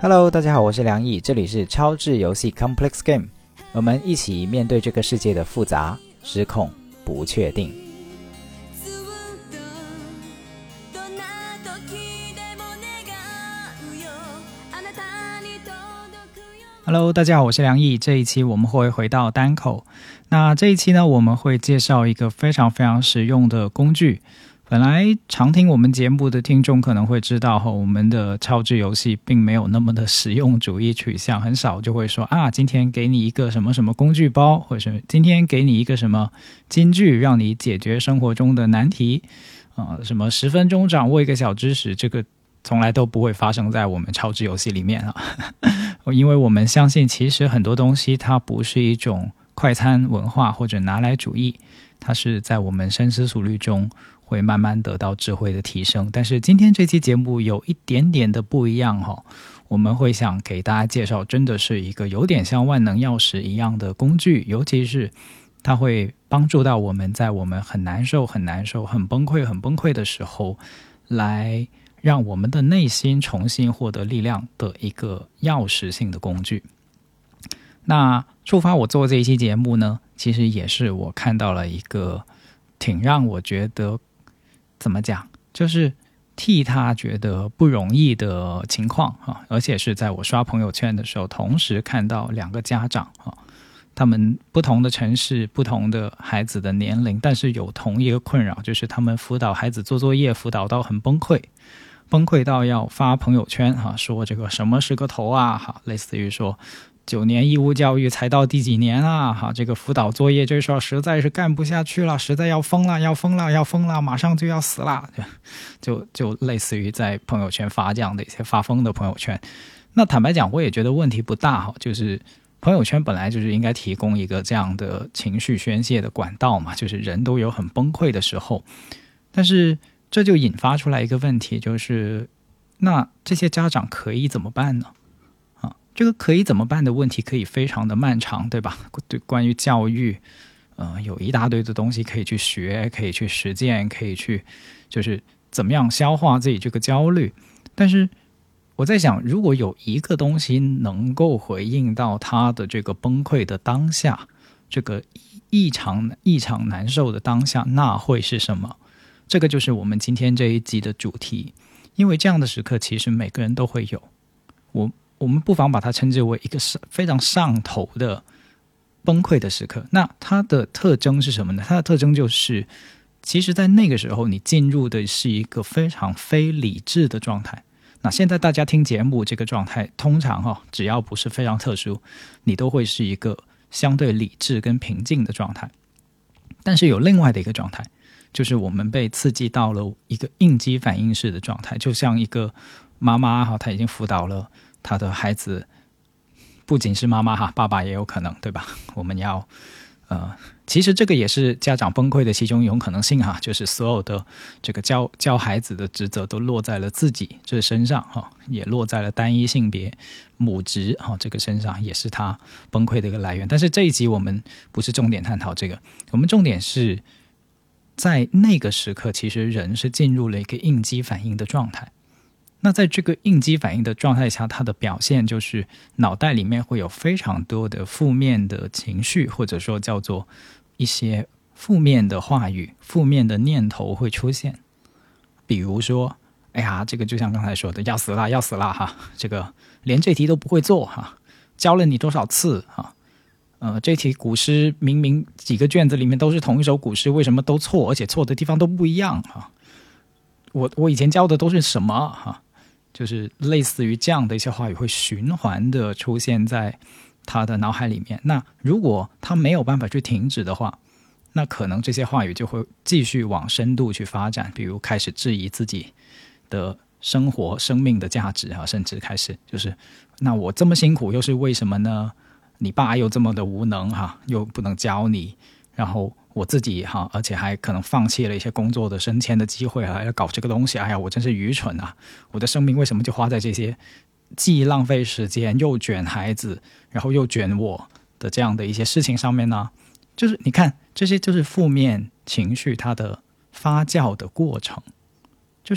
Hello， 大家好，我是梁毅，这里是超智游戏 Complex Game， 我们一起面对这个世界的复杂、失控、不确定。Hello， 大家好，我是梁毅。这一期我们会回到单口。那这一期呢，我们会介绍一个非常非常实用的工具。本来常听我们节目的听众可能会知道，我们的超智游戏并没有那么的实用主义取向，很少就会说今天给你一个什么什么工具包，或者是今天给你一个什么金句，让你解决生活中的难题，什么10分钟掌握一个小知识，这个从来都不会发生在我们超智游戏里面啊。因为我们相信其实很多东西它不是一种快餐文化或者拿来主义，它是在我们深思熟虑中会慢慢得到智慧的提升。但是今天这期节目有一点点的不一样我们会想给大家介绍真的是一个有点像万能钥匙一样的工具，尤其是它会帮助到我们在我们很难受、很崩溃的时候，来让我们的内心重新获得力量的一个钥匙性的工具。那触发我做这一期节目呢，其实也是我看到了一个挺让我觉得怎么讲，就是替他觉得不容易的情况而且是在我刷朋友圈的时候，同时看到2个家长他们不同的城市、不同的孩子的年龄，但是有同一个困扰，就是他们辅导孩子做作业辅导到很崩溃到要发朋友圈说这个什么是个头类似于说9年义务教育才到第几年这个辅导作业这时候实在是干不下去了，实在要疯了，马上就要死了，就类似于在朋友圈发这样的一些发疯的朋友圈。那坦白讲，我也觉得问题不大就是朋友圈本来就是应该提供一个这样的情绪宣泄的管道嘛，就是人都有很崩溃的时候。但是这就引发出来一个问题，就是那这些家长可以怎么办呢？这个可以怎么办的问题可以非常的漫长，对吧？对，关于教育有一大堆的东西可以去学，可以去实践，可以去就是怎么样消化自己这个焦虑。但是我在想，如果有一个东西能够回应到他的这个崩溃的当下，这个异常难受的当下，那会是什么？这个就是我们今天这一集的主题。因为这样的时刻其实每个人都会有，我们不妨把它称之为一个非常上头的崩溃的时刻。那它的特征是什么呢？它的特征就是其实在那个时候你进入的是一个非常非理智的状态。那现在大家听节目这个状态，通常只要不是非常特殊，你都会是一个相对理智跟平静的状态。但是有另外的一个状态，就是我们被刺激到了一个应激反应式的状态，就像一个妈妈她已经辅导了她的孩子，不仅是妈妈爸爸也有可能，对吧？我们要其实这个也是家长崩溃的其中一种可能性就是所有的这个教孩子的职责都落在了自己这身上也落在了单一性别母职这个身上，也是他崩溃的一个来源。但是这一集我们不是重点探讨这个，我们重点是在那个时刻，其实人是进入了一个应激反应的状态。那在这个应激反应的状态下，它的表现就是脑袋里面会有非常多的负面的情绪，或者说叫做一些负面的话语、负面的念头会出现。比如说这个就像刚才说的要死啦这个连这题都不会做教了你多少次这题古诗明明几个卷子里面都是同一首古诗，为什么都错，而且错的地方都不一样我以前教的都是什么就是类似于这样的一些话语会循环的出现在他的脑海里面。那如果他没有办法去停止的话，那可能这些话语就会继续往深度去发展，比如开始质疑自己的生活生命的价值甚至开始就是那我这么辛苦又是为什么呢？你爸又这么的无能又不能教你，然后我自己而且还可能放弃了一些工作的升迁的机会要搞这个东西，我真是愚蠢我的生命为什么就花在这些既浪费时间又卷孩子然后又卷我的这样的一些事情上面呢？就是你看这些就是负面情绪它的发酵的过程，就是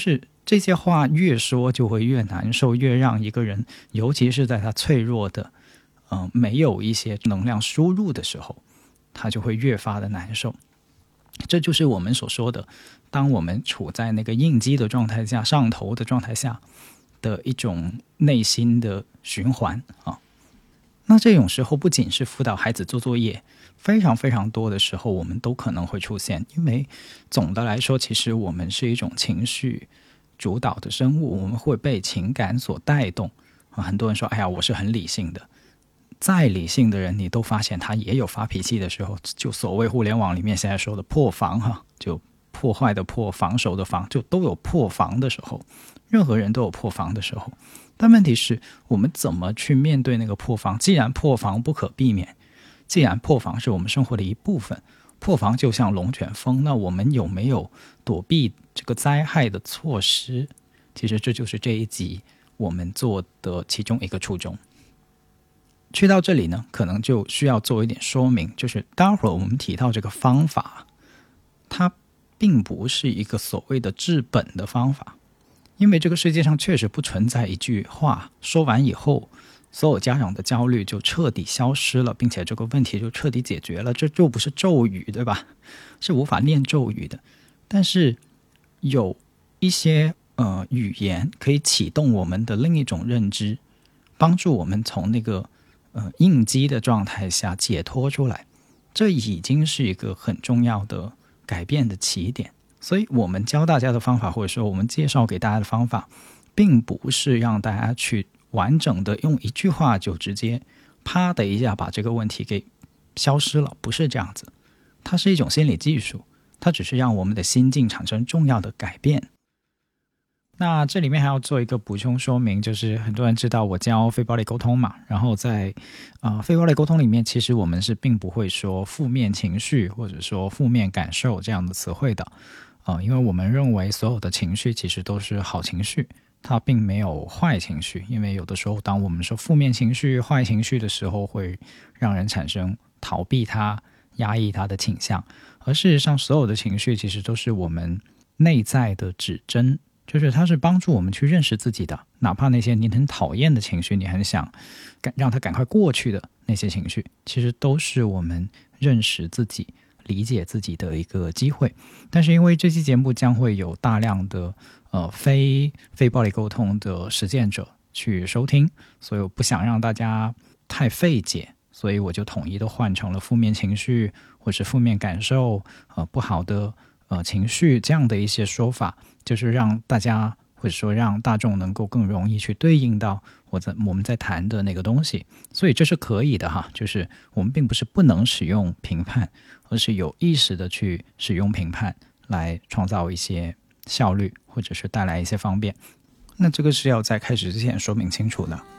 这些话越说就会越难受，越让一个人，尤其是在他脆弱的没有一些能量输入的时候，他就会越发的难受。这就是我们所说的，当我们处在那个应激的状态下，上头的状态下的一种内心的循环啊。那这种时候不仅是辅导孩子做作业，非常非常多的时候我们都可能会出现。因为总的来说，其实我们是一种情绪主导的生物，我们会被情感所带动。很多人说，哎呀，我是很理性的。再理性的人，你都发现他也有发脾气的时候，就所谓互联网里面现在说的破防就破坏的破，防守的防，就都有破防的时候，任何人都有破防的时候。但问题是我们怎么去面对那个破防？既然破防不可避免，既然破防是我们生活的一部分，破防就像龙卷风，那我们有没有躲避这个灾害的措施？其实这就是这一集我们做的其中一个初衷。去到这里呢，可能就需要做一点说明，就是待会儿我们提到这个方法，它并不是一个所谓的治本的方法。因为这个世界上确实不存在一句话说完以后，所有家长的焦虑就彻底消失了，并且这个问题就彻底解决了。这就不是咒语，对吧？是无法念咒语的。但是有一些语言可以启动我们的另一种认知，帮助我们从那个应激的状态下解脱出来。这已经是一个很重要的改变的起点。所以我们教大家的方法，或者说我们介绍给大家的方法，并不是让大家去完整的用一句话就直接啪的一下把这个问题给消失了，不是这样子。它是一种心理技术，它只是让我们的心境产生重要的改变。那这里面还要做一个补充说明，就是很多人知道我教非暴力沟通嘛，然后在非暴力沟通里面，其实我们是并不会说负面情绪或者说负面感受这样的词汇的。因为我们认为所有的情绪其实都是好情绪，它并没有坏情绪。因为有的时候当我们说负面情绪、坏情绪的时候，会让人产生逃避它、压抑它的倾向。而事实上，所有的情绪其实都是我们内在的指针，就是它是帮助我们去认识自己的。哪怕那些你很讨厌的情绪，你很想让它赶快过去的那些情绪，其实都是我们认识自己、理解自己的一个机会。但是因为这期节目将会有大量的非暴力沟通的实践者去收听，所以我不想让大家太费解，所以我就统一都换成了负面情绪或是负面感受不好的情绪这样的一些说法，就是让大家或者说让大众能够更容易去对应到我们在谈的那个东西。所以这是可以的哈，就是我们并不是不能使用评判，而是有意识的去使用评判来创造一些效率或者是带来一些方便。那这个是要在开始之前说明清楚的。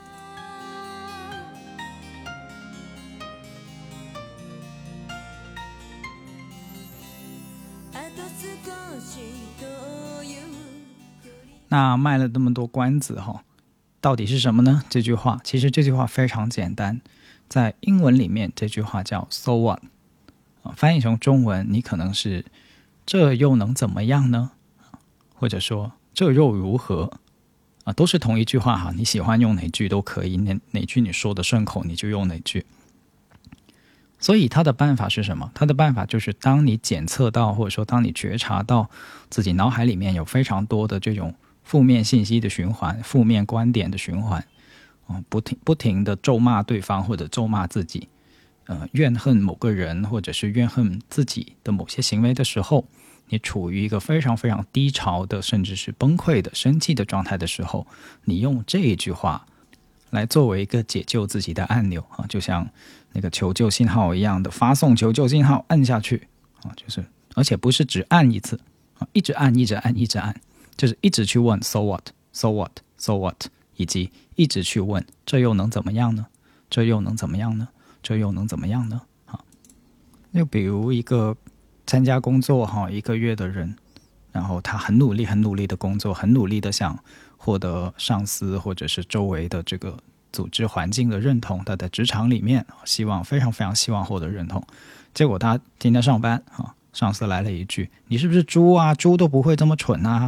那卖了那么多关子到底是什么呢？这句话其实这句话非常简单，在英文里面这句话叫 So what，翻译成中文你可能是这又能怎么样呢？或者说这又如何？都是同一句话哈，你喜欢用哪句都可以，哪句你说的顺口你就用哪句。所以他的办法是什么？他的办法就是当你检测到或者说当你觉察到自己脑海里面有非常多的这种负面信息的循环、负面观点的循环，不停的咒骂对方或者咒骂自己，怨恨某个人或者是怨恨自己的某些行为的时候，你处于一个非常非常低潮的甚至是崩溃的生气的状态的时候，你用这一句话来作为一个解救自己的按钮就像那个求救信号一样的发送求救信号，按下去就是而且不是只按一次一直按一直按一直按，就是一直去问 So what So what So what， 以及一直去问这又能怎么样呢？这又能怎么样呢？这又能怎么样呢？就比如一个参加工作1个月的人，然后他很努力很努力的工作，很努力的想获得上司或者是周围的这个组织环境的认同，他在职场里面非常非常希望获得认同。结果他今天上班上司来了一句，你是不是猪啊？猪都不会这么蠢啊？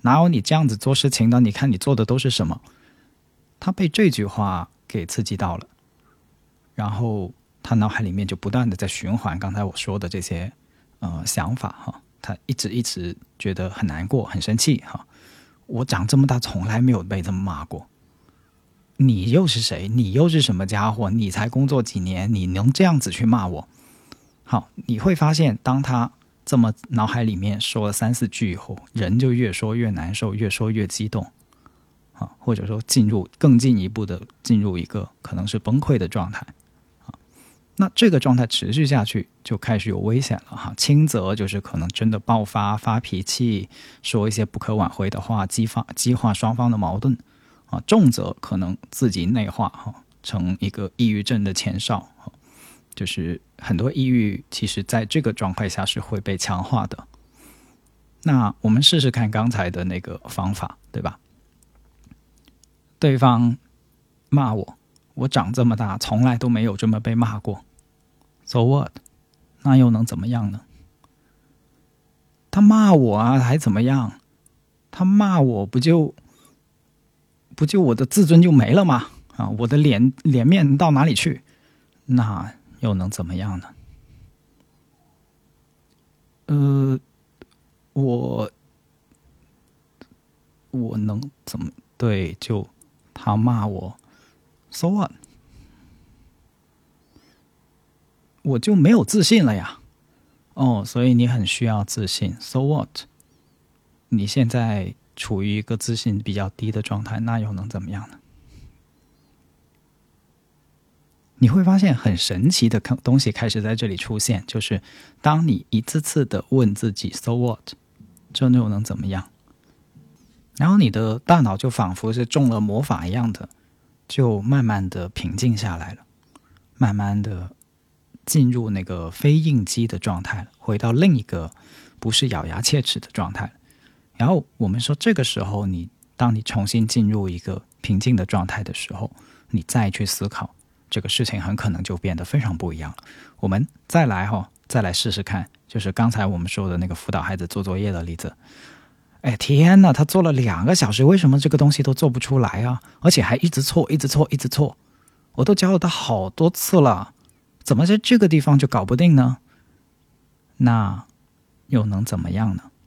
哪有你这样子做事情的？你看你做的都是什么？他被这句话给刺激到了，然后他脑海里面就不断的在循环刚才我说的这些想法哈，他一直觉得很难过很生气哈。我长这么大从来没有被这么骂过，你又是谁？你又是什么家伙？你才工作几年，你能这样子去骂我？好，你会发现当他这么脑海里面说了3-4句以后，人就越说越难受，越说越激动或者说更进一步的进入一个可能是崩溃的状态那这个状态持续下去就开始有危险了轻则就是可能真的爆发发脾气，说一些不可挽回的话，激化双方的矛盾重则可能自己内化成一个抑郁症的前哨就是很多抑郁其实在这个状态下是会被强化的。那我们试试看刚才的那个方法，对吧？对方骂我长这么大从来都没有这么被骂过 So what？ 那又能怎么样呢？他骂我啊还怎么样？他骂我不就我的自尊就没了吗？我的脸面到哪里去？那又能怎么样呢？我能怎么对？就他骂我 So what？ 我就没有自信了呀。所以你很需要自信 So what？ 你现在处于一个自信比较低的状态，那又能怎么样呢？你会发现很神奇的东西开始在这里出现，就是当你一次次的问自己 So what？ 这又能怎么样？然后你的大脑就仿佛是中了魔法一样的，就慢慢的平静下来了，慢慢的进入那个非应激的状态了，回到另一个不是咬牙切齿的状态了。然后我们说这个时候当你重新进入一个平静的状态的时候，你再去思考这个事情很可能就变得非常不一样了。我们再来试试看，就是刚才我们说的那个辅导孩子做作业的例子。天哪，他做了2个小时，为什么这个东西都做不出来啊？而且还一直错，我都教了他好多次了，怎么在这个地方就搞不定呢？那又能怎么样呢？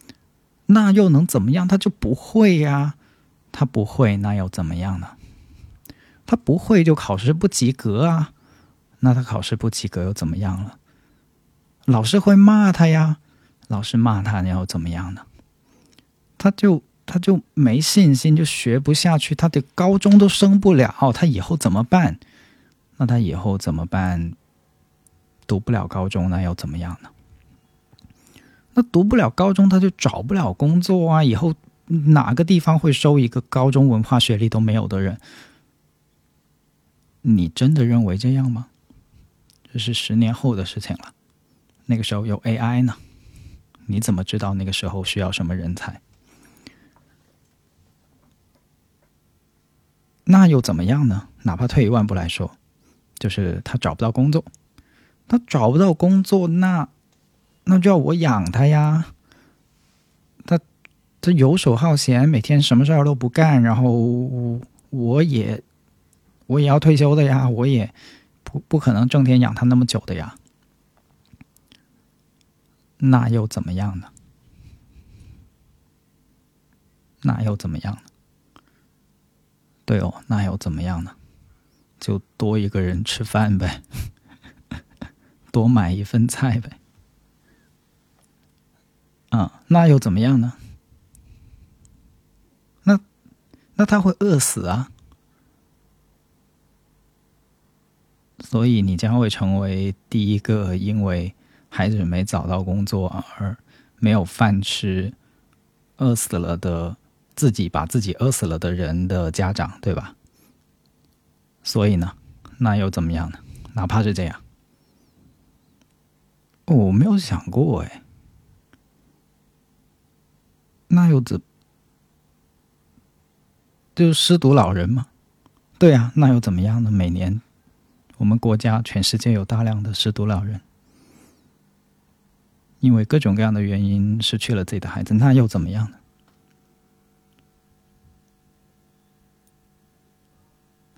他就不会呀，他不会，那又怎么样呢？他不会就考试不及格啊，那他考试不及格又怎么样了？老师会骂他呀，老师骂他又怎么样呢？他就没信心，就学不下去，他的高中都升不了，他以后怎么办？那他以后怎么办？读不了高中，那又怎么样呢？那读不了高中，他就找不了工作啊！以后哪个地方会收一个高中文化学历都没有的人？你真的认为这样吗？这是10年后的事情了，那个时候有 AI 呢，你怎么知道那个时候需要什么人才？那又怎么样呢？哪怕退一万步来说，就是他找不到工作，那就要我养他呀。他游手好闲，每天什么事儿都不干，然后我也要退休的呀，我也不可能整天养他那么久的呀。那又怎么样呢？对哦，那又怎么样呢？就多一个人吃饭呗，多买一份菜呗。那又怎么样呢？那他会饿死啊。所以你将会成为第一个因为孩子没找到工作而没有饭吃，饿死了的自己把自己饿死了的人的家长，对吧？所以呢，那又怎么样呢？哪怕是这样，我没有想过那又就是失独老人嘛？对啊，那又怎么样呢？每年我们国家全世界有大量的失独老人，因为各种各样的原因失去了自己的孩子，那又怎么样呢？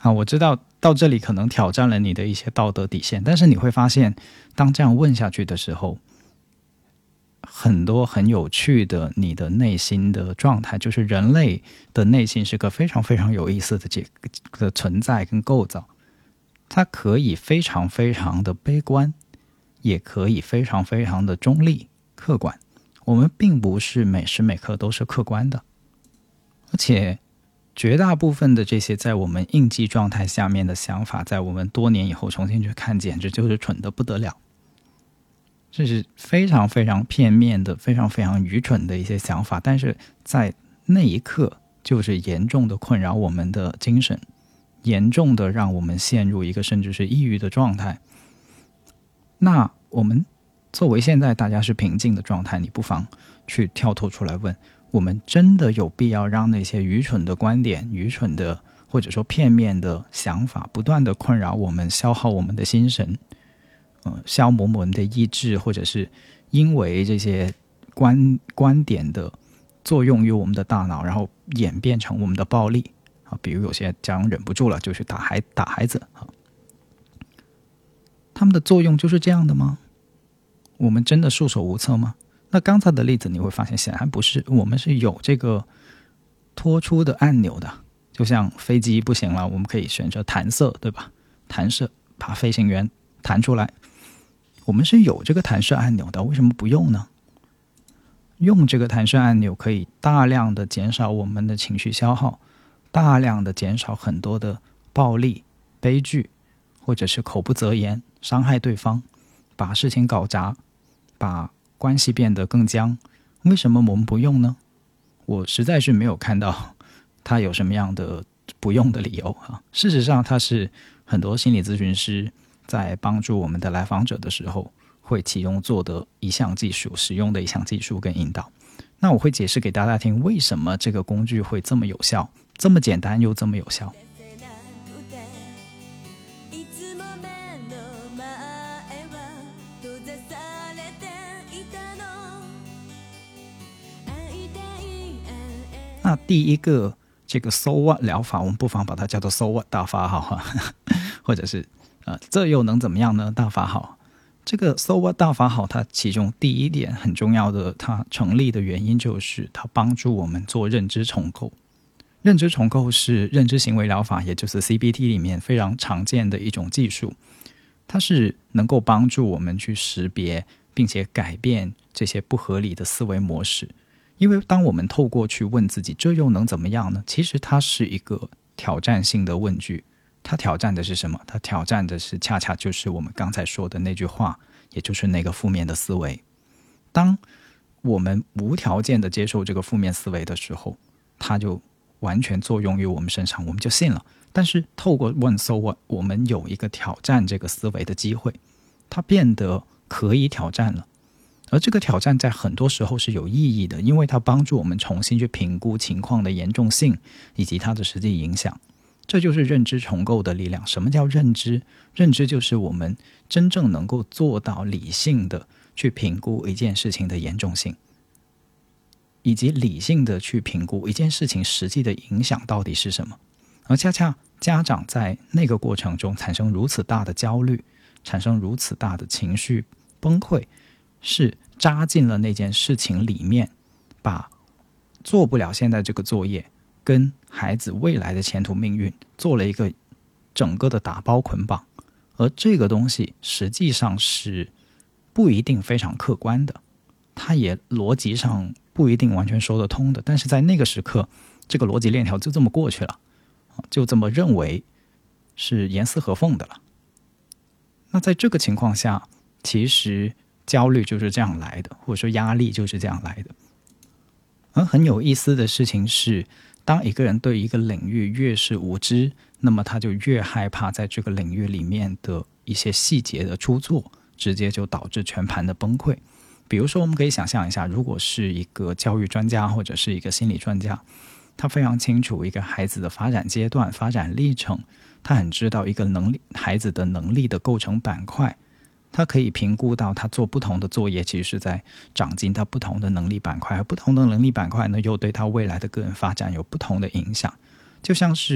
我知道到这里可能挑战了你的一些道德底线，但是你会发现当这样问下去的时候，很多很有趣的你的内心的状态，就是人类的内心是个非常非常有意思的存在跟构造，它可以非常非常的悲观，也可以非常非常的中立客观。我们并不是每时每刻都是客观的，而且绝大部分的这些在我们应激状态下面的想法，在我们多年以后重新去看，简直就是蠢得不得了。这是非常非常片面的，非常非常愚蠢的一些想法，但是在那一刻就是严重的困扰我们的精神，严重的让我们陷入一个甚至是抑郁的状态。那我们作为现在大家是平静的状态，你不妨去跳脱出来问，我们真的有必要让那些愚蠢的观点、愚蠢的或者说片面的想法不断的困扰我们，消耗我们的心神，消磨我们的意志，或者是因为这些观点的作用于我们的大脑，然后演变成我们的暴力比如有些家长忍不住了就去打孩子他们的作用就是这样的吗？我们真的束手无策吗？那刚才的例子你会发现显然不是，我们是有这个拖出的按钮的，就像飞机不行了，我们可以选择弹射，对吧？弹射把飞行员弹出来，我们是有这个弹射按钮的，为什么不用呢？用这个弹射按钮可以大量的减少我们的情绪消耗，大量的减少很多的暴力、悲剧，或者是口不择言，伤害对方，把事情搞砸，把关系变得更僵。为什么我们不用呢？我实在是没有看到他有什么样的不用的理由事实上，他是很多心理咨询师在帮助我们的来访者的时候会其中做的一项技术，使用的一项技术跟引导。那我会解释给大家听，为什么这个工具会这么有效，这么简单又这么有效。那第一个这个 So What 疗法，我们不妨把它叫做 So What 大法好或者是这又能怎么样呢？大法好。这个 So What 大法好，它其中第一点很重要的，它成立的原因就是它帮助我们做认知重构。认知重构是认知行为疗法，也就是 CBT 里面非常常见的一种技术，它是能够帮助我们去识别并且改变这些不合理的思维模式。因为当我们透过去问自己这又能怎么样呢，其实它是一个挑战性的问句。它挑战的是什么？它挑战的是恰恰就是我们刚才说的那句话，也就是那个负面的思维。当我们无条件的接受这个负面思维的时候，它就完全作用于我们身上，我们就信了。但是透过问 So What， 我们有一个挑战这个思维的机会，它变得可以挑战了。而这个挑战在很多时候是有意义的，因为它帮助我们重新去评估情况的严重性以及它的实际影响。这就是认知重构的力量。什么叫认知？认知就是我们真正能够做到理性的去评估一件事情的严重性，以及理性的去评估一件事情实际的影响到底是什么。而恰恰家长在那个过程中产生如此大的焦虑，产生如此大的情绪崩溃，是扎进了那件事情里面，把做不了现在这个作业跟孩子未来的前途命运做了一个整个的打包捆绑。而这个东西实际上是不一定非常客观的，它也逻辑上不一定完全说得通的，但是在那个时刻，这个逻辑链条就这么过去了，就这么认为是严丝合缝的了。那在这个情况下，其实焦虑就是这样来的，或者说压力就是这样来的。而很有意思的事情是，当一个人对一个领域越是无知，那么他就越害怕在这个领域里面的一些细节的出错，直接就导致全盘的崩溃。比如说我们可以想象一下，如果是一个教育专家或者是一个心理专家，他非常清楚一个孩子的发展阶段、发展历程，他很知道一个孩子的能力的构成板块，他可以评估到他做不同的作业其实是在长进他不同的能力板块，而不同的能力板块呢，又对他未来的个人发展有不同的影响。就像是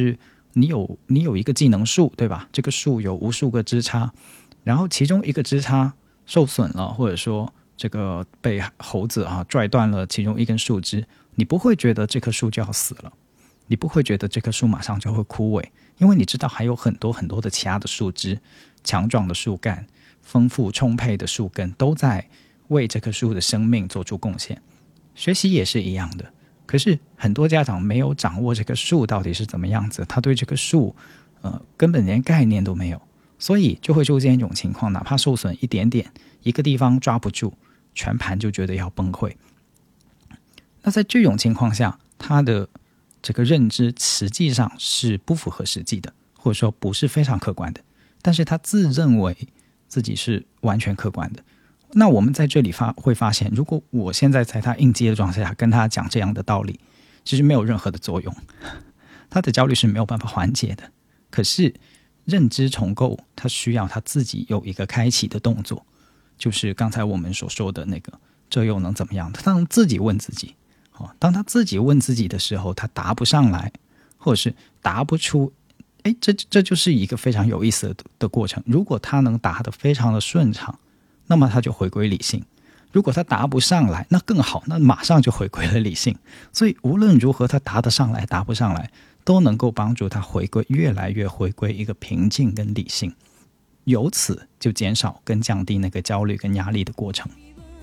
你有一个技能树，对吧？这个树有无数个枝杈，然后其中一个枝杈受损了，或者说这个被猴子拽断了其中一根树枝，你不会觉得这棵树就要死了，你不会觉得这棵树马上就会枯萎，因为你知道还有很多很多的其他的树枝、强壮的树干、丰富充沛的树根都在为这棵树的生命做出贡献。学习也是一样的，可是很多家长没有掌握这个树到底是怎么样子，他对这个树根本连概念都没有，所以就会出现一种情况，哪怕受损一点点，一个地方抓不住，全盘就觉得要崩溃。那在这种情况下，他的这个认知实际上是不符合实际的，或者说不是非常客观的，但是他自认为自己是完全客观的。那我们在这里会发现，如果我现在在他应激的状态下跟他讲这样的道理，其实没有任何的作用，他的焦虑是没有办法缓解的。可是认知重构，他需要他自己有一个开启的动作，就是刚才我们所说的那个这又能怎么样，他能自己问自己。当他自己问自己的时候，他答不上来，或者是答不出，这就是一个非常有意思的过程。如果他能答得非常的顺畅，那么他就回归理性；如果他答不上来，那更好，那马上就回归了理性。所以无论如何，他答得上来答不上来，都能够帮助他越来越回归一个平静跟理性，由此就减少跟降低那个焦虑跟压力的过程。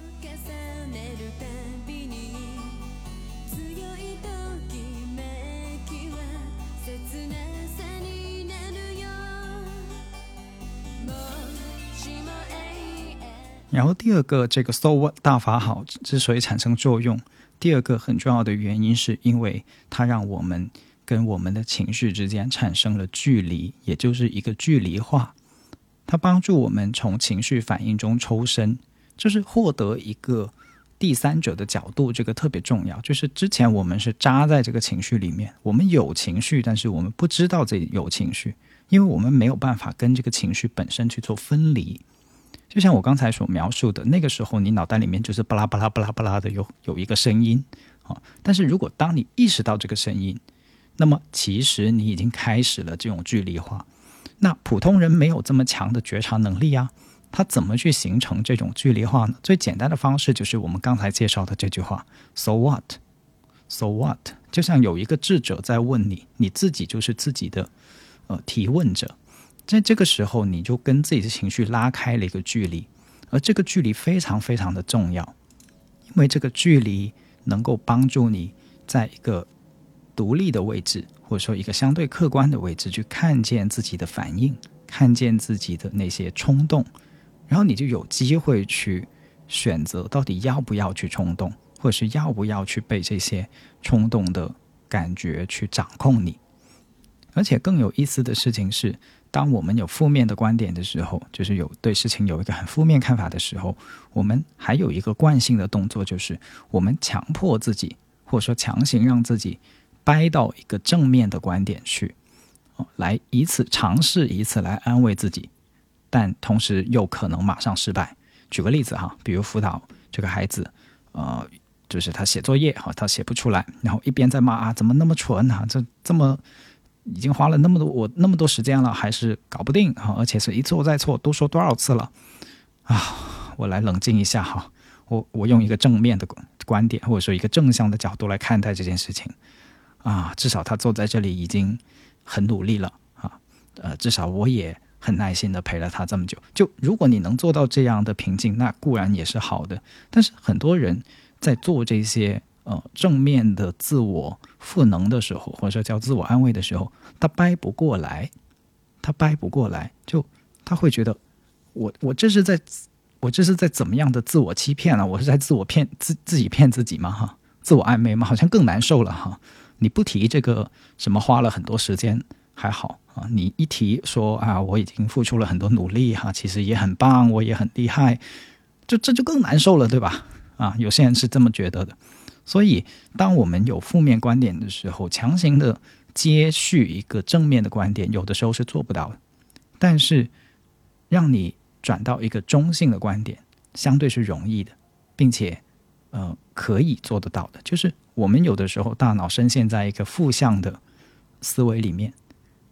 然后第二个，这个 So What 大法好之所以产生作用，第二个很重要的原因是因为它让我们跟我们的情绪之间产生了距离，也就是一个距离化。它帮助我们从情绪反应中抽身，就是获得一个第三者的角度，这个特别重要。就是之前我们是扎在这个情绪里面，我们有情绪，但是我们不知道自己有情绪，因为我们没有办法跟这个情绪本身去做分离。就像我刚才所描述的，那个时候你脑袋里面就是巴拉巴拉巴拉巴拉的有一个声音，但是如果当你意识到这个声音，那么其实你已经开始了这种距离化。那普通人没有这么强的觉察能力啊，他怎么去形成这种距离化呢？最简单的方式就是我们刚才介绍的这句话 So what? So what? 就像有一个智者在问你，你自己就是自己的提问者，在这个时候你就跟自己的情绪拉开了一个距离，而这个距离非常非常的重要，因为这个距离能够帮助你在一个独立的位置，或者说一个相对客观的位置去看见自己的反应，看见自己的那些冲动，然后你就有机会去选择到底要不要去冲动，或者是要不要去被这些冲动的感觉去掌控你。而且更有意思的事情是，当我们有负面的观点的时候，就是对事情有一个很负面看法的时候，我们还有一个惯性的动作，就是我们强迫自己，或者说强行让自己掰到一个正面的观点去，来尝试以此来安慰自己，但同时又可能马上失败。举个例子哈，比如辅导这个孩子，就是他写作业他写不出来，然后一边在骂怎么那么蠢啊，这么已经花了那么多时间了，还是搞不定而且是一错再错，都说多少次了我来冷静一下我用一个正面的观点，或者说一个正向的角度来看待这件事情至少他坐在这里已经很努力了至少我也很耐心的陪了他这么久。就如果你能做到这样的平静，那固然也是好的，但是很多人在做这些正面的自我赋能的时候，或者说叫自我安慰的时候，他掰不过来，就他会觉得我这是在怎么样的自我欺骗我是在自己骗自己吗自我暧昧吗？好像更难受了你不提这个什么花了很多时间还好你一提说我已经付出了很多努力其实也很棒，我也很厉害，这就更难受了，对吧？有些人是这么觉得的。所以当我们有负面观点的时候，强行的接续一个正面的观点，有的时候是做不到的。但是让你转到一个中性的观点，相对是容易的，并且可以做得到的。就是我们有的时候大脑深陷在一个负向的思维里面，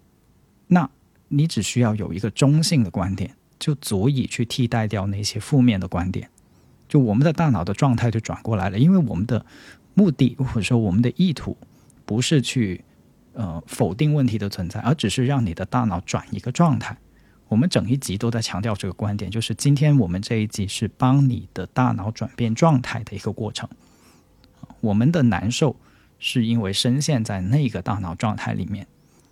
那你只需要有一个中性的观点，就足以去替代掉那些负面的观点，就我们的大脑的状态就转过来了。因为我们的目的或者说我们的意图不是去否定问题的存在，而只是让你的大脑转一个状态。我们整一集都在强调这个观点，就是今天我们这一集是帮你的大脑转变状态的一个过程。我们的难受是因为深陷在那个大脑状态里面，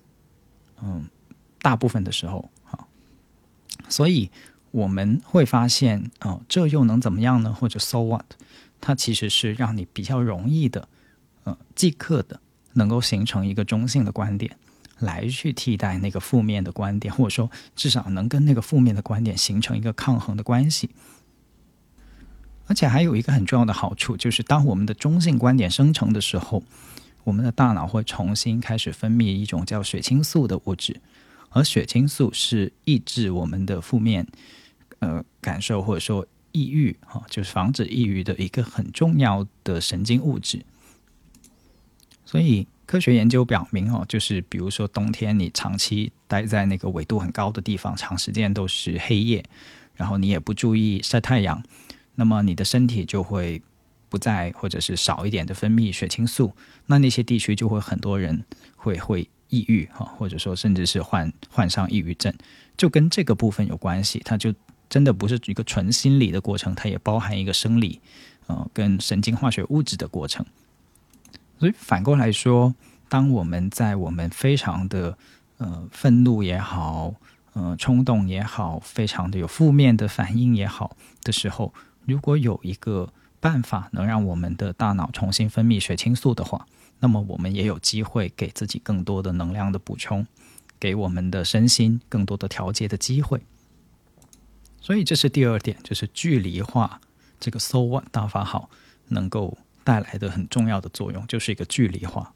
大部分的时候，所以我们会发现，这又能怎么样呢？或者 so what？ 它其实是让你比较容易的，即刻的能够形成一个中性的观点，来去替代那个负面的观点，或者说至少能跟那个负面的观点形成一个抗衡的关系。而且还有一个很重要的好处，就是当我们的中性观点生成的时候，我们的大脑会重新开始分泌一种叫血清素的物质，而血清素是抑制我们的负面感受或者说抑郁，就是防止抑郁的一个很重要的神经物质。所以科学研究表明，就是比如说冬天你长期待在那个纬度很高的地方，长时间都是黑夜，然后你也不注意晒太阳，那么你的身体就会不再或者是少一点的分泌血清素，那些地区就会很多人会抑郁，或者说甚至是患上抑郁症，就跟这个部分有关系。它就真的不是一个纯心理的过程，它也包含一个生理跟神经化学物质的过程。所以反过来说，当我们在我们非常的愤怒也好，冲动也好，非常的有负面的反应也好的时候，如果有一个办法能让我们的大脑重新分泌血清素的话，那么我们也有机会给自己更多的能量的补充，给我们的身心更多的调节的机会。所以这是第二点，就是距离化这个 so what 大法好能够带来的很重要的作用，就是一个距离化。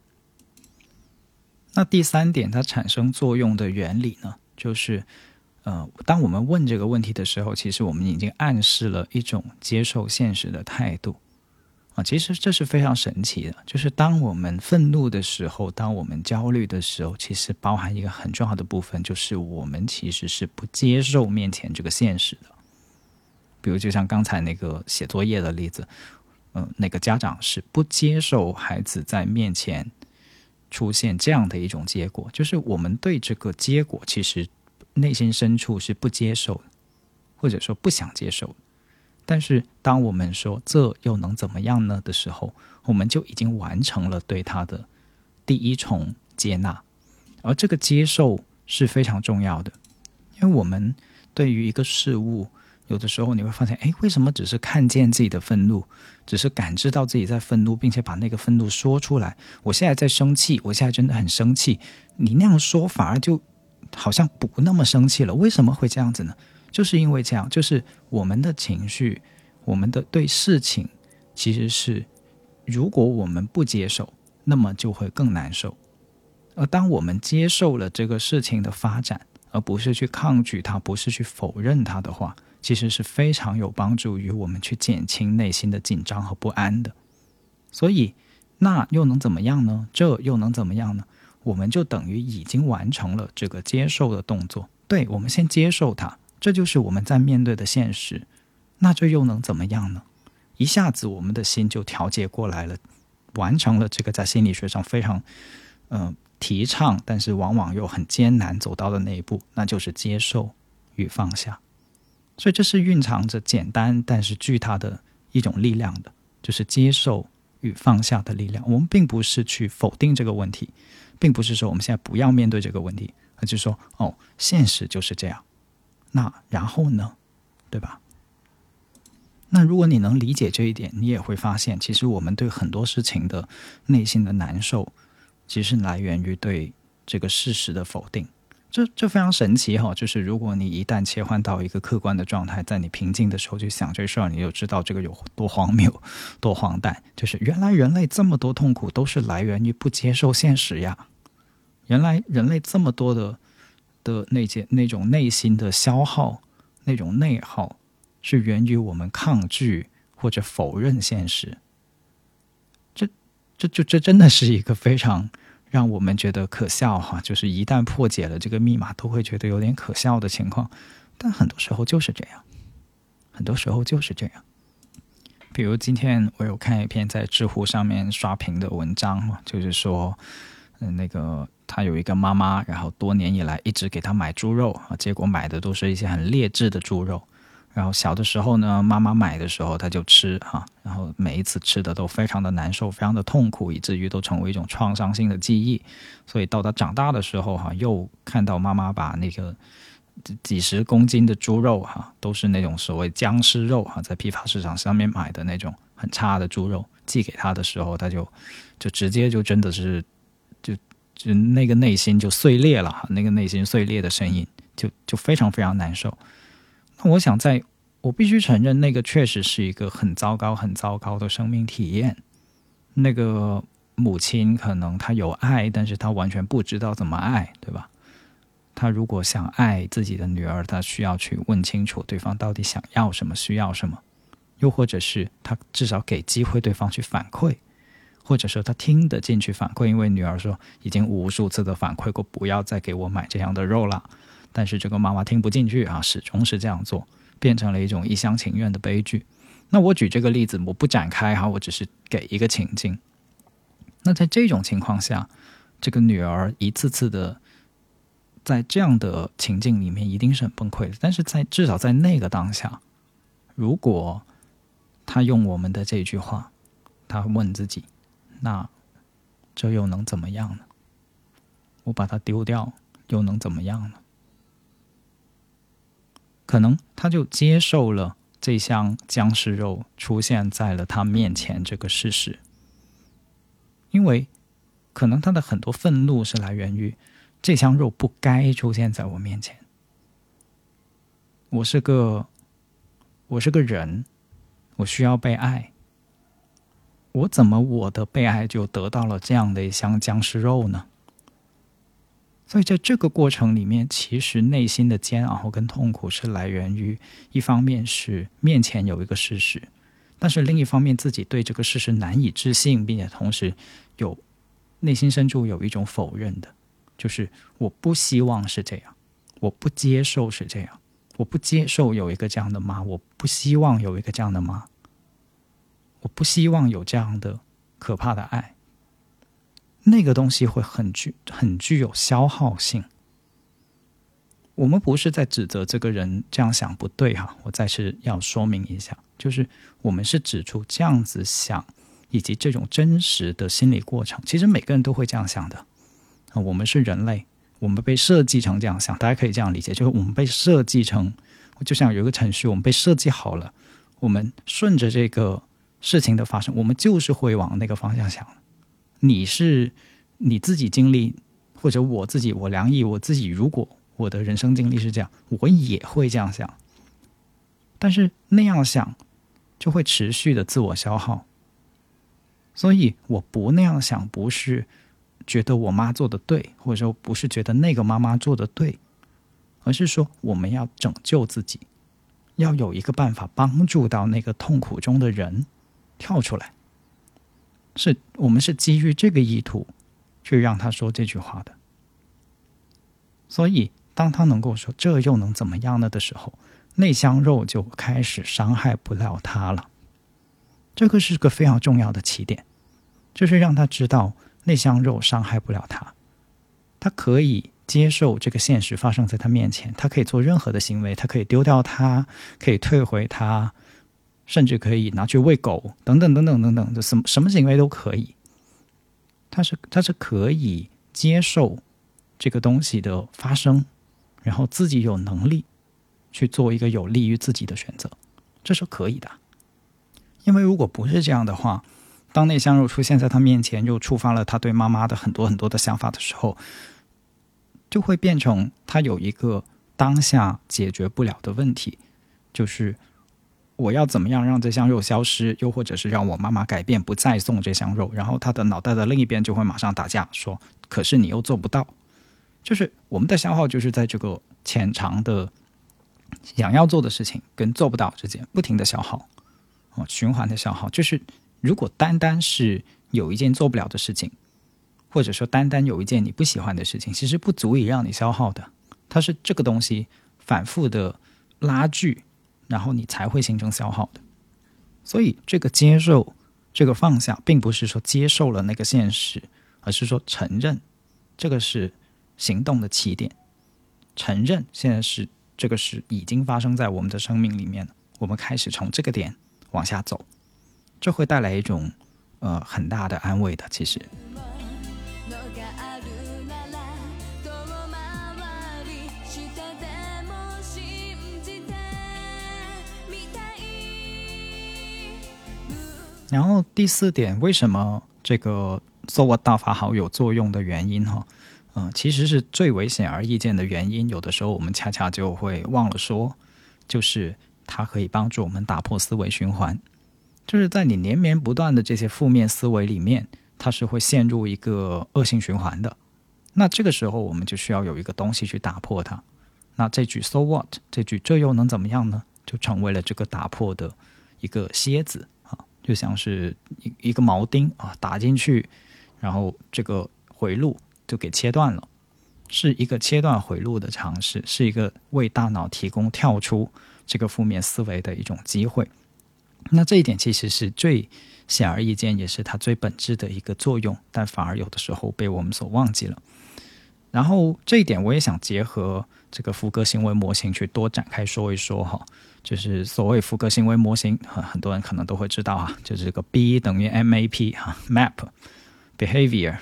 那第三点，它产生作用的原理呢，就是当我们问这个问题的时候，其实我们已经暗示了一种接受现实的态度其实这是非常神奇的，就是当我们愤怒的时候，当我们焦虑的时候，其实包含一个很重要的部分，就是我们其实是不接受面前这个现实的。比如就像刚才那个写作业的例子，那个家长是不接受孩子在面前出现这样的一种结果，就是我们对这个结果其实内心深处是不接受的，或者说不想接受的。但是当我们说这又能怎么样呢的时候，我们就已经完成了对它的第一重接纳。而这个接受是非常重要的，因为我们对于一个事物，有的时候你会发现，为什么只是看见自己的愤怒，只是感知到自己在愤怒，并且把那个愤怒说出来，我现在在生气，我现在真的很生气，你那样说反而就好像不那么生气了，为什么会这样子呢？就是因为这样，就是我们的情绪，我们的对事情其实是，如果我们不接受，那么就会更难受。而当我们接受了这个事情的发展，而不是去抗拒它，不是去否认它的话，其实是非常有帮助于我们去减轻内心的紧张和不安的。所以那又能怎么样呢？这又能怎么样呢？我们就等于已经完成了这个接受的动作。对，我们先接受它，这就是我们在面对的现实。那这又能怎么样呢？一下子我们的心就调节过来了，完成了这个在心理学上非常提倡，但是往往又很艰难走到的那一步，那就是接受与放下。所以这是蕴藏着简单但是巨大的一种力量的，就是接受与放下的力量。我们并不是去否定这个问题，并不是说我们现在不要面对这个问题，而是说现实就是这样，那然后呢，对吧？那如果你能理解这一点，你也会发现，其实我们对很多事情的内心的难受，其实来源于对这个事实的否定。这非常神奇就是如果你一旦切换到一个客观的状态，在你平静的时候去想这事儿，你就知道这个有多荒谬多荒诞。就是原来人类这么多痛苦都是来源于不接受现实呀，原来人类这么多的那种内心的消耗，那种内耗，是源于我们抗拒或者否认现实。这真的是一个非常让我们觉得可笑就是一旦破解了这个密码都会觉得有点可笑的情况，但很多时候就是这样，很多时候就是这样。比如今天我有看一篇在知乎上面刷屏的文章，就是说那个他有一个妈妈，然后多年以来一直给他买猪肉，结果买的都是一些很劣质的猪肉，然后小的时候呢，妈妈买的时候他就吃然后每一次吃的都非常的难受，非常的痛苦，以至于都成为一种创伤性的记忆。所以到他长大的时候又看到妈妈把那个几十公斤的猪肉都是那种所谓僵尸肉在批发市场上面买的那种很差的猪肉寄给他的时候，他就直接就真的是就那个内心就碎裂了，那个内心碎裂的声音就非常非常难受。那我想我必须承认，那个确实是一个很糟糕很糟糕的生命体验。那个母亲可能她有爱，但是她完全不知道怎么爱，对吧？她如果想爱自己的女儿，她需要去问清楚对方到底想要什么，需要什么，又或者是她至少给机会对方去反馈，或者说她听得进去反馈，因为女儿说已经无数次的反馈过不要再给我买这样的肉了，但是这个妈妈听不进去始终是这样做，变成了一种一厢情愿的悲剧。那我举这个例子我不展开我只是给一个情境。那在这种情况下，这个女儿一次次的在这样的情境里面一定是很崩溃的，但是至少在那个当下，如果她用我们的这句话，她问自己，那这又能怎么样呢？我把它丢掉又能怎么样呢？可能他就接受了这箱僵尸肉出现在了他面前这个事实，因为可能他的很多愤怒是来源于这箱肉不该出现在我面前。我是个人，我需要被爱，我怎么我的被爱就得到了这样的一箱僵尸肉呢？所以在这个过程里面，其实内心的煎熬跟痛苦是来源于一方面是面前有一个事实，但是另一方面自己对这个事实难以置信，并且同时有内心深处有一种否认的，就是我不希望是这样，我不接受是这样，我不接受有一个这样的妈，我不希望有一个这样的妈，我不希望有这样的可怕的爱。那个东西会很具有消耗性。我们不是在指责这个人这样想不对我再次要说明一下，就是我们是指出这样子想以及这种真实的心理过程，其实每个人都会这样想的。我们是人类，我们被设计成这样想，大家可以这样理解，就是我们被设计成，就像有一个程序，我们被设计好了，我们顺着这个事情的发生，我们就是会往那个方向想。你自己经历，或者我梁毅我自己，如果我的人生经历是这样，我也会这样想，但是那样想就会持续的自我消耗。所以我不那样想，不是觉得我妈做的对，或者说不是觉得那个妈妈做的对，而是说我们要拯救自己，要有一个办法帮助到那个痛苦中的人跳出来。我们是基于这个意图去让他说这句话的。所以当他能够说这又能怎么样呢的时候，那箱肉就开始伤害不了他了。这个是个非常重要的起点，就是让他知道那箱肉伤害不了他，他可以接受这个现实发生在他面前，他可以做任何的行为，他可以丢掉它，可以退回它，甚至可以拿去喂狗，等等等等等等，什么行为都可以。他是可以接受这个东西的发生，然后自己有能力去做一个有利于自己的选择，这是可以的。因为如果不是这样的话，当那箱肉出现在他面前，又触发了他对妈妈的很多很多的想法的时候，就会变成他有一个当下解决不了的问题，就是我要怎么样让这箱肉消失，又或者是让我妈妈改变不再送这箱肉，然后他的脑袋的另一边就会马上打架，说可是你又做不到。就是我们的消耗就是在这个潜藏的想要做的事情跟做不到之间不停的消耗，循环的消耗。就是如果单单是有一件做不了的事情， 或者说单单有一件你不喜欢的事情，其实不足以让你消耗的，它是这个东西反复的拉锯，然后你才会形成消耗的。所以这个接受，这个放下，并不是说接受了那个现实，而是说承认这个是行动的起点，承认现在是这个是已经发生在我们的生命里面了，我们开始从这个点往下走，这会带来一种很大的安慰的。其实然后第4点，为什么这个 So What 大法好有作用的原因其实是最为显而易见的原因，有的时候我们恰恰就会忘了说，就是它可以帮助我们打破思维循环。就是在你连绵不断的这些负面思维里面，它是会陷入一个恶性循环的。那这个时候我们就需要有一个东西去打破它。那这句 So What， 这句这又能怎么样呢，就成为了这个打破的一个楔子就像是一个铆钉打进去，然后这个回路就给切断了，是一个切断回路的尝试，是一个为大脑提供跳出这个负面思维的一种机会。那这一点其实是最显而易见，也是它最本质的一个作用，但反而有的时候被我们所忘记了。然后这一点我也想结合这个福格行为模型去多展开说一说就是所谓福格行为模型，很多人可能都会知道就是这个 B 等于 MAP MAP behavior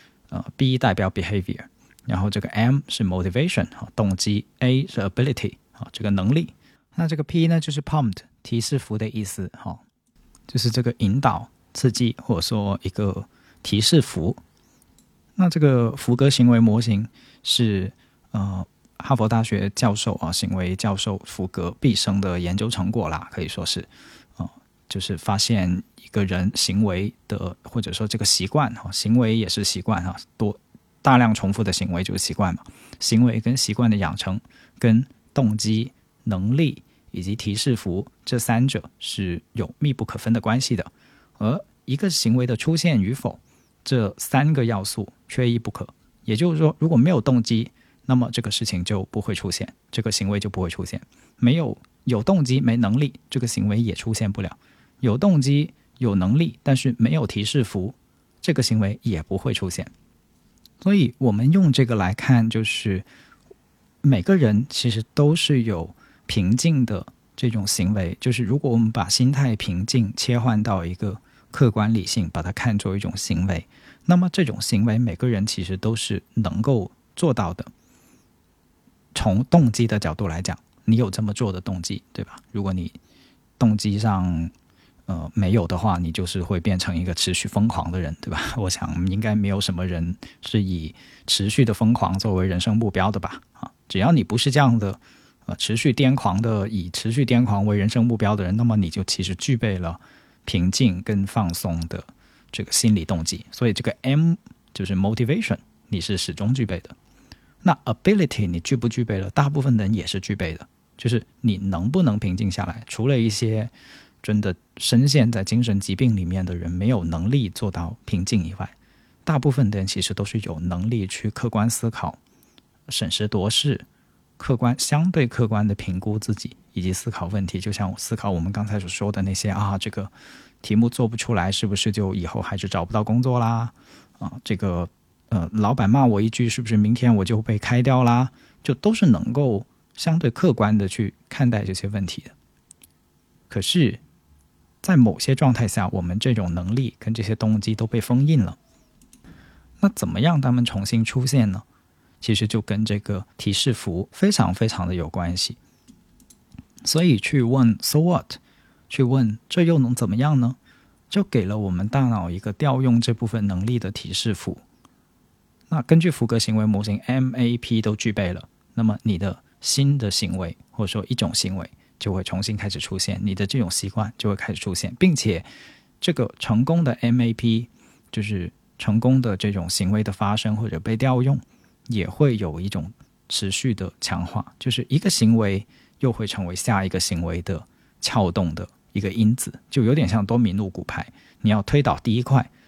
B 代表 behavior， 然后这个 M 是 motivation 动机， A 是 ability 这个能力，那这个 P 呢就是 prompt 提示符的意思就是这个引导刺激或者说一个提示符。那这个福格行为模型是哈佛大学教授行为教授福格毕生的研究成果啦，可以说是就是发现一个人行为的或者说这个习惯行为也是习惯大量重复的行为就是习惯嘛，行为跟习惯的养成跟动机、能力以及提示符这三者是有密不可分的关系的，而一个行为的出现与否，这3个要素缺一不可。也就是说，如果没有动机，那么这个事情就不会出现，这个行为就不会出现。有动机没能力，这个行为也出现不了。有动机有能力，但是没有提示符，这个行为也不会出现。所以我们用这个来看，就是每个人其实都是有平静的这种行为，就是如果我们把心态平静切换到一个客观理性，把它看作一种行为，那么这种行为每个人其实都是能够做到的。从动机的角度来讲，你有这么做的动机，对吧？如果你动机上没有的话，你就是会变成一个持续疯狂的人，对吧？我想应该没有什么人是以持续的疯狂作为人生目标的吧？只要你不是这样的持续癫狂的，以持续癫狂为人生目标的人，那么你就其实具备了平静跟放松的这个心理动机。所以这个 M 就是 motivation， 你是始终具备的。那 ability 你具不具备了？大部分人也是具备的，就是你能不能平静下来，除了一些真的深陷在精神疾病里面的人没有能力做到平静以外，大部分的人其实都是有能力去客观思考、审时度势、相对客观的评估自己以及思考问题。就像我思考我们刚才所说的那些这个题目做不出来，是不是就以后还是找不到工作啦？这个老板骂我一句，是不是明天我就被开掉啦？就都是能够相对客观的去看待这些问题的。可是在某些状态下，我们这种能力跟这些动机都被封印了，那怎么样他们重新出现呢？其实就跟这个提示符非常非常的有关系。所以去问 So what， 去问这又能怎么样呢，就给了我们大脑一个调用这部分能力的提示符。那根据福格行为模型 MAP 都具备了，那么你的新的行为或者说一种行为就会重新开始出现，你的这种习惯就会开始出现，并且这个成功的 MAP 就是成功的这种行为的发生或者被调用，也会有一种持续的强化，就是一个行为又会成为下一个行为的撬动的一个因子，就有点像多米诺骨牌，你要推倒第一块，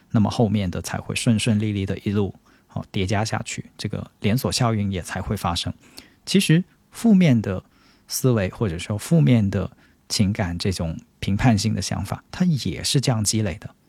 那么后面的才会顺顺利利的一路叠加下去，这个连锁效应也才会发生。其实负面的思维或者说负面的情感，这种评判性的想法，它也是这样积累的，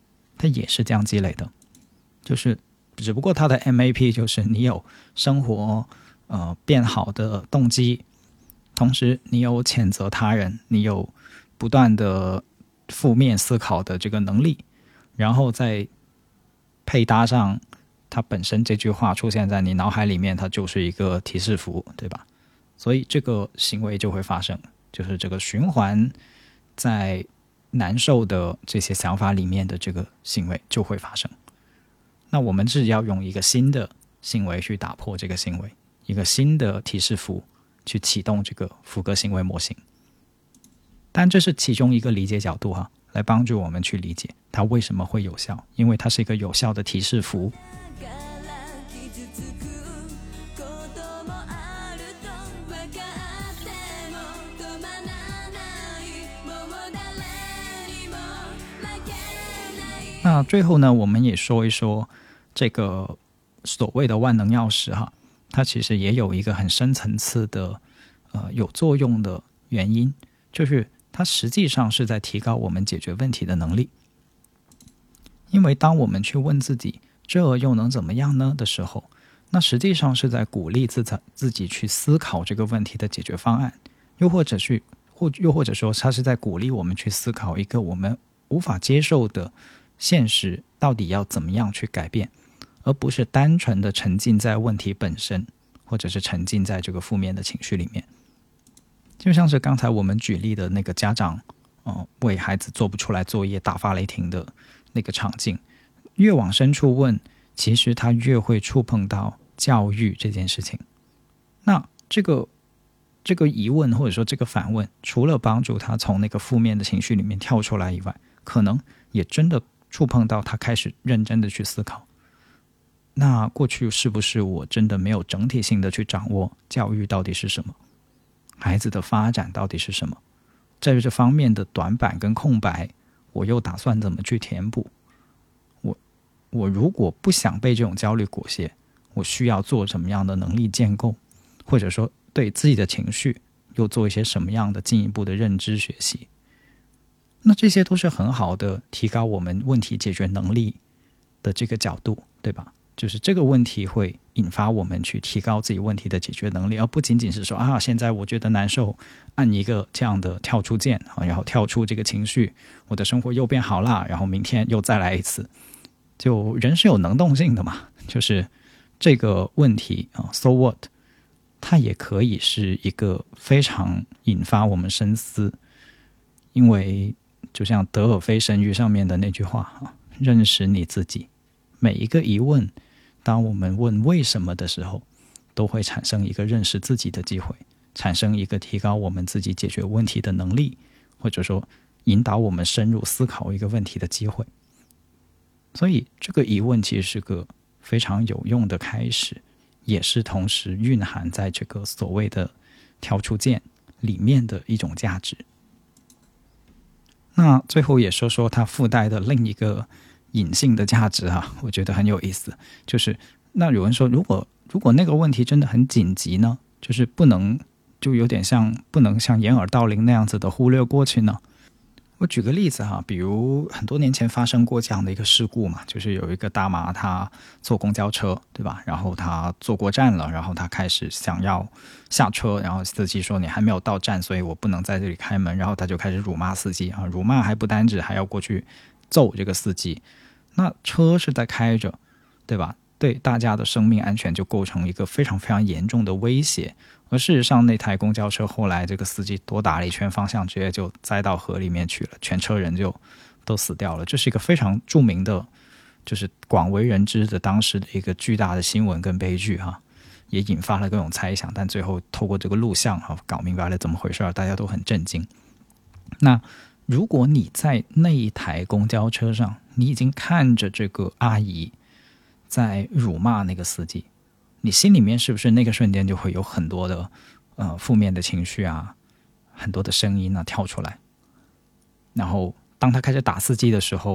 就是只不过它的 MAP 就是你有生活变好的动机，同时你有谴责他人，你有不断的负面思考的这个能力，然后再配搭上它本身这句话出现在你脑海里面，它就是一个提示符，对吧？所以这个行为就会发生，就是这个循环在难受的这些想法里面的这个行为就会发生。那我们是要用一个新的行为去打破这个行为，一个新的提示符去启动这个福格行为模型。但这是其中一个理解角度来帮助我们去理解它为什么会有效，因为它是一个有效的提示符。那最后呢，我们也说一说这个所谓的万能钥匙它其实也有一个很深层次的有作用的原因，就是它实际上是在提高我们解决问题的能力。因为当我们去问自己这又能怎么样呢的时候，那实际上是在鼓励自己去思考这个问题的解决方案，又或者说它是在鼓励我们去思考一个我们无法接受的现实到底要怎么样去改变，而不是单纯的沉浸在问题本身，或者是沉浸在这个负面的情绪里面。就像是刚才我们举例的那个家长为孩子做不出来作业大发雷霆的那个场景，越往深处问，其实他越会触碰到教育这件事情。那这个疑问或者说这个反问，除了帮助他从那个负面的情绪里面跳出来以外，可能也真的触碰到他开始认真的去思考，那过去是不是我真的没有整体性的去掌握教育到底是什么，孩子的发展到底是什么，在这方面的短板跟空白，我又打算怎么去填补？我如果不想被这种焦虑裹挟，我需要做什么样的能力建构，或者说对自己的情绪又做一些什么样的进一步的认知学习？那这些都是很好的提高我们问题解决能力的这个角度，对吧？就是这个问题会引发我们去提高自己问题的解决能力，而不仅仅是说现在我觉得难受，按一个这样的跳出键然后跳出这个情绪，我的生活又变好了，然后明天又再来一次。就人是有能动性的嘛，就是这个问题so what， 它也可以是一个非常引发我们深思。因为就像德尔菲神谕上面的那句话认识你自己，每一个疑问，当我们问为什么的时候，都会产生一个认识自己的机会，产生一个提高我们自己解决问题的能力，或者说引导我们深入思考一个问题的机会。所以这个疑问其实是个非常有用的开始，也是同时蕴含在这个所谓的跳出键里面的一种价值。那最后也说说它附带的另一个隐性的价值我觉得很有意思，就是那有人说如果那个问题真的很紧急呢，就是就有点像不能像掩耳盗铃那样子的忽略过去呢？我举个例子比如很多年前发生过这样的一个事故嘛，就是有一个大妈她坐公交车，对吧？然后她坐过站了，然后她开始想要下车，然后司机说你还没有到站，所以我不能在这里开门，然后她就开始辱骂司机辱骂还不单止还要过去揍这个司机。那车是在开着，对吧？对大家的生命安全就构成一个非常非常严重的威胁。而事实上那台公交车后来这个司机多打了一圈方向，直接就栽到河里面去了，全车人就都死掉了。这是一个非常著名的，就是广为人知的当时的一个巨大的新闻跟悲剧也引发了各种猜想，但最后透过这个录像搞明白了怎么回事，大家都很震惊。那如果你在那一台公交车上，你已经看着这个阿姨在辱骂那个司机，你心里面是不是那个瞬间就会有很多的负面的情绪很多的声音跳出来？然后当他开始打司机的时候，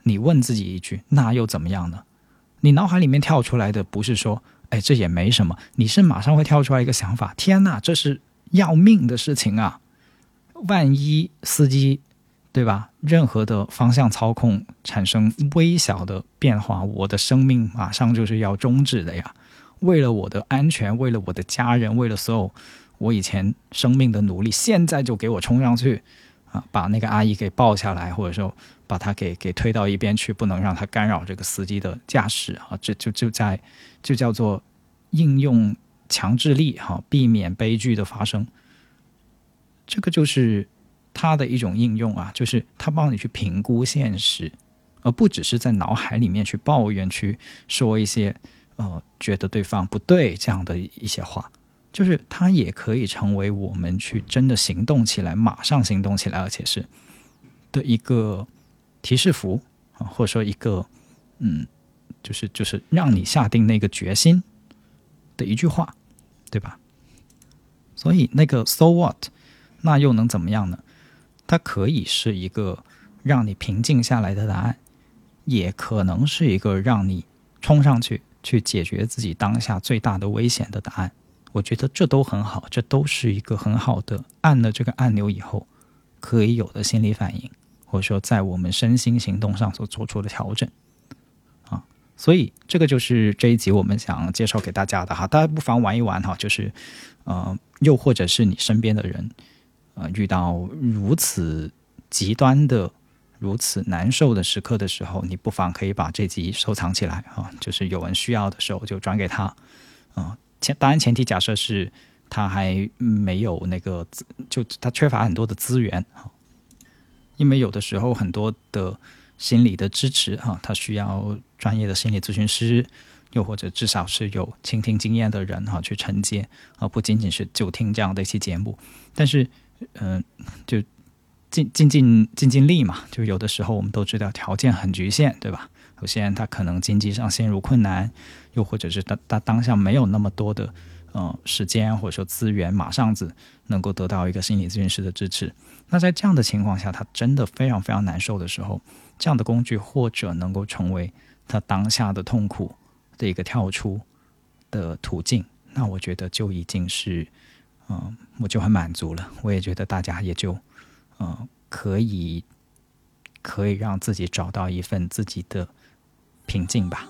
你问自己一句，那又怎么样呢？你脑海里面跳出来的不是说这也没什么，你是马上会跳出来一个想法，天哪，这是要命的事情啊，万一司机对吧，任何的方向操控产生微小的变化，我的生命马上就是要终止的呀。为了我的安全，为了我的家人，为了所有我以前生命的努力，现在就给我冲上去把那个阿姨给抱下来，或者说把她给推到一边去，不能让她干扰这个司机的驾驶这就叫做应用强制力避免悲剧的发生。这个就是它的一种应用就是它帮你去评估现实，而不只是在脑海里面去抱怨，去说一些觉得对方不对这样的一些话，就是它也可以成为我们去真的行动起来，马上行动起来，而且是的一个提示符或者说一个就是让你下定那个决心的一句话，对吧？所以那个 so what 那又能怎么样呢？它可以是一个让你平静下来的答案，也可能是一个让你冲上去解决自己当下最大的危险的答案。我觉得这都很好，这都是一个很好的按了这个按钮以后可以有的心理反应，或者说在我们身心行动上所做出的调整所以这个就是这一集我们想介绍给大家的大家不妨玩一玩就是又或者是你身边的人遇到如此极端的如此难受的时刻的时候，你不妨可以把这集收藏起来就是有人需要的时候就转给他当然前提假设是他还没有那个就他缺乏很多的资源因为有的时候很多的心理的支持他需要专业的心理咨询师，又或者至少是有倾听经验的人去承接不仅仅是就听这样的一期节目。但是就尽力嘛，就有的时候我们都知道条件很局限，对吧？有些人他可能经济上陷入困难，又或者是他当下没有那么多的时间或者说资源马上子能够得到一个心理咨询师的支持。那在这样的情况下，他真的非常非常难受的时候，这样的工具或者能够成为他当下的痛苦的一个跳出的途径，那我觉得就已经是我就很满足了。我也觉得大家也就可以让自己找到一份自己的平静吧。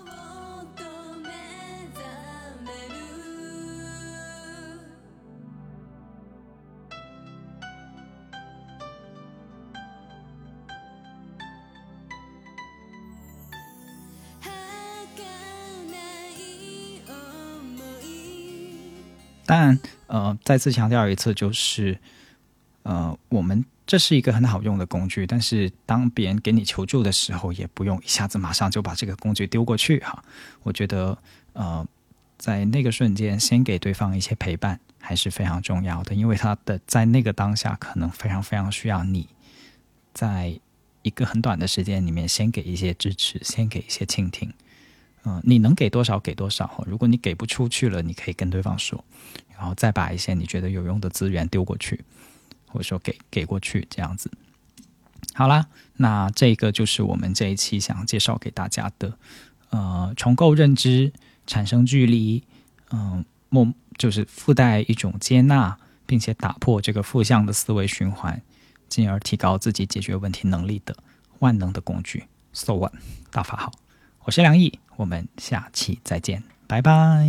当然再次强调一次，就是我们这是一个很好用的工具，但是当别人给你求助的时候，也不用一下子马上就把这个工具丢过去我觉得在那个瞬间先给对方一些陪伴还是非常重要的，因为他的在那个当下可能非常非常需要你在一个很短的时间里面先给一些支持，先给一些倾听你能给多少给多少，如果你给不出去了，你可以跟对方说，然后再把一些你觉得有用的资源丢过去，或者说给过去，这样子。好啦，那这个就是我们这一期想介绍给大家的重构认知，产生距离就是附带一种接纳，并且打破这个负向的思维循环，进而提高自己解决问题能力的万能的工具 So What 大法好。我是梁毅，我们下期再见，拜拜。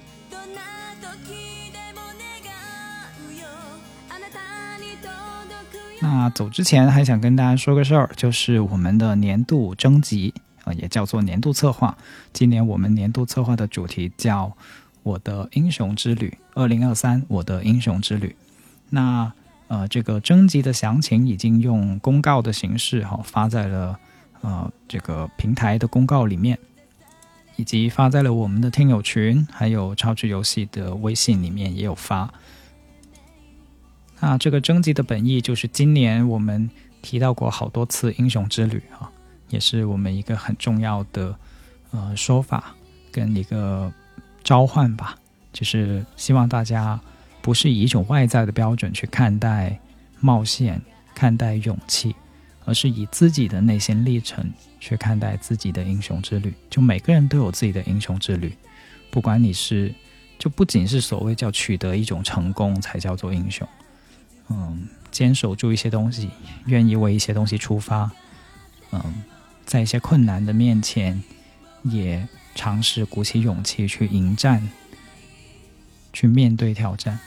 那走之前还想跟大家说个事儿，就是我们的年度征集也叫做年度策划。今年我们年度策划的主题叫我的英雄之旅2023，我的英雄之旅。那这个征集的详情已经用公告的形式发在了这个平台的公告里面，以及发在了我们的听友群，还有超值游戏的微信里面也有发。那这个征集的本意就是今年我们提到过好多次英雄之旅也是我们一个很重要的说法跟一个召唤吧，就是希望大家不是以一种外在的标准去看待冒险，看待勇气， 而是以自己的内心历程去看待自己的英雄之旅。就每个人都有自己的英雄之旅，不管你是，就不仅是所谓叫取得一种成功才叫做英雄，坚守住一些东西，愿意为一些东西出发，在一些困难的面前也尝试鼓起勇气去迎战，去面对挑战，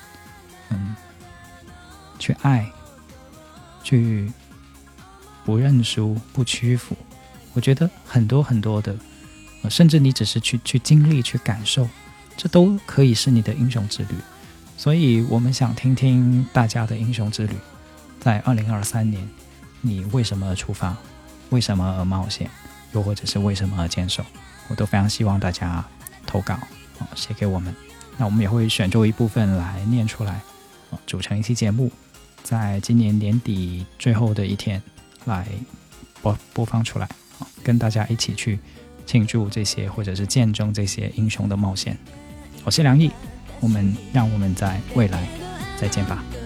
去爱，去不认输不屈服。我觉得很多很多的，甚至你只是去经历去感受，这都可以是你的英雄之旅。所以我们想听听大家的英雄之旅，在2023年你为什么而出发，为什么而冒险，又或者是为什么而坚守，我都非常希望大家投稿写给我们。那我们也会选中一部分来念出来，组成一期节目，在今年年底最后的一天来播放出来，跟大家一起去庆祝这些，或者是见证这些英雄的冒险。我是梁毅，让我们在未来再见吧。